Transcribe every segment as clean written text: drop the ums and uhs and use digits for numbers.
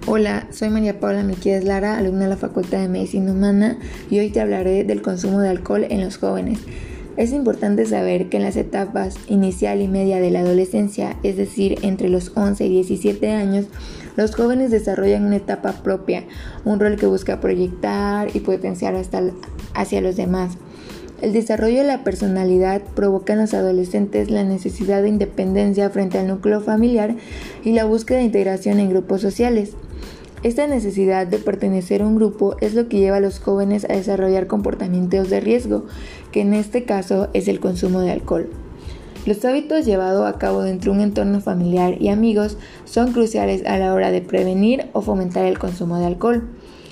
Hola, soy María Paula Miquías Lara, alumna de la Facultad de Medicina Humana, y hoy te hablaré del consumo de alcohol en los jóvenes. Es importante saber que en las etapas inicial y media de la adolescencia, es decir, entre los 11 y 17 años, los jóvenes desarrollan una etapa propia, un rol que busca proyectar y potenciar hacia los demás. El desarrollo de la personalidad provoca en los adolescentes la necesidad de independencia frente al núcleo familiar y la búsqueda de integración en grupos sociales. Esta necesidad de pertenecer a un grupo es lo que lleva a los jóvenes a desarrollar comportamientos de riesgo, que en este caso es el consumo de alcohol. Los hábitos llevados a cabo dentro de un entorno familiar y amigos son cruciales a la hora de prevenir o fomentar el consumo de alcohol.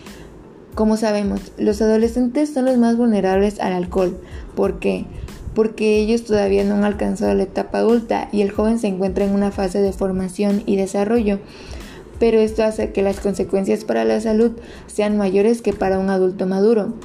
Como sabemos, los adolescentes son los más vulnerables al alcohol. ¿Por qué? Porque ellos todavía no han alcanzado la etapa adulta y el joven se encuentra en una fase de formación y desarrollo. Pero esto hace que las consecuencias para la salud sean mayores que para un adulto maduro.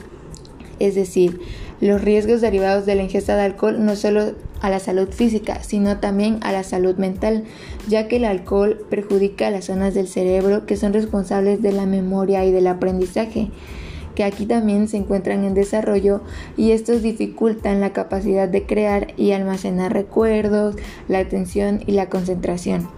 Es decir, los riesgos derivados de la ingesta de alcohol no solo a la salud física, sino también a la salud mental, ya que el alcohol perjudica las zonas del cerebro que son responsables de la memoria y del aprendizaje, que aquí también se encuentran en desarrollo, y estos dificultan la capacidad de crear y almacenar recuerdos, la atención y la concentración.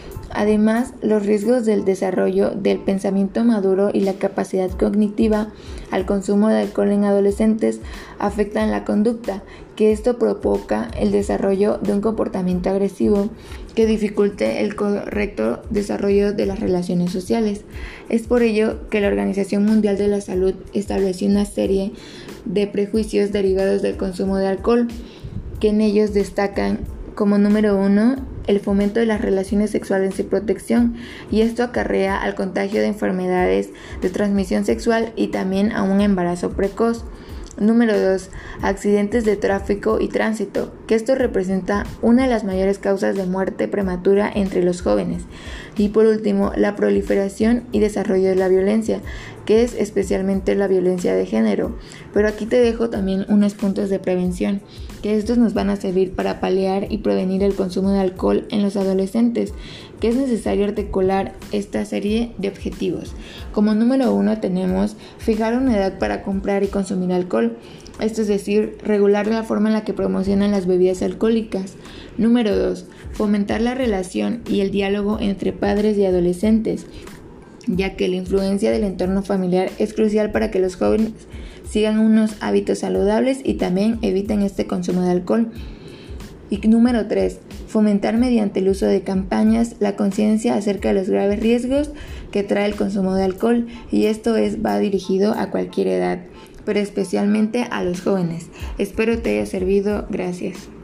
Además, los riesgos del desarrollo del pensamiento maduro y la capacidad cognitiva al consumo de alcohol en adolescentes afectan la conducta, que esto provoca el desarrollo de un comportamiento agresivo que dificulte el correcto desarrollo de las relaciones sociales. Es por ello que la Organización Mundial de la Salud estableció una serie de prejuicios derivados del consumo de alcohol, que en ellos destacan como número 1, el fomento de las relaciones sexuales sin protección, y esto acarrea al contagio de enfermedades de transmisión sexual y también a un embarazo precoz. Número 2, accidentes de tráfico y tránsito, que esto representa una de las mayores causas de muerte prematura entre los jóvenes. Y por último, la proliferación y desarrollo de la violencia, que es especialmente la violencia de género. Pero aquí te dejo también unos puntos de prevención, que estos nos van a servir para paliar y prevenir el consumo de alcohol en los adolescentes, que es necesario articular esta serie de objetivos. Como número 1 tenemos fijar una edad para comprar y consumir alcohol, esto es decir, regular la forma en la que promocionan las bebidas alcohólicas. Número 2, fomentar la relación y el diálogo entre padres y adolescentes, ya que la influencia del entorno familiar es crucial para que los jóvenes sigan unos hábitos saludables y también eviten este consumo de alcohol. Y número 3, fomentar mediante el uso de campañas la conciencia acerca de los graves riesgos que trae el consumo de alcohol, y esto va dirigido a cualquier edad, pero especialmente a los jóvenes. Espero te haya servido. Gracias.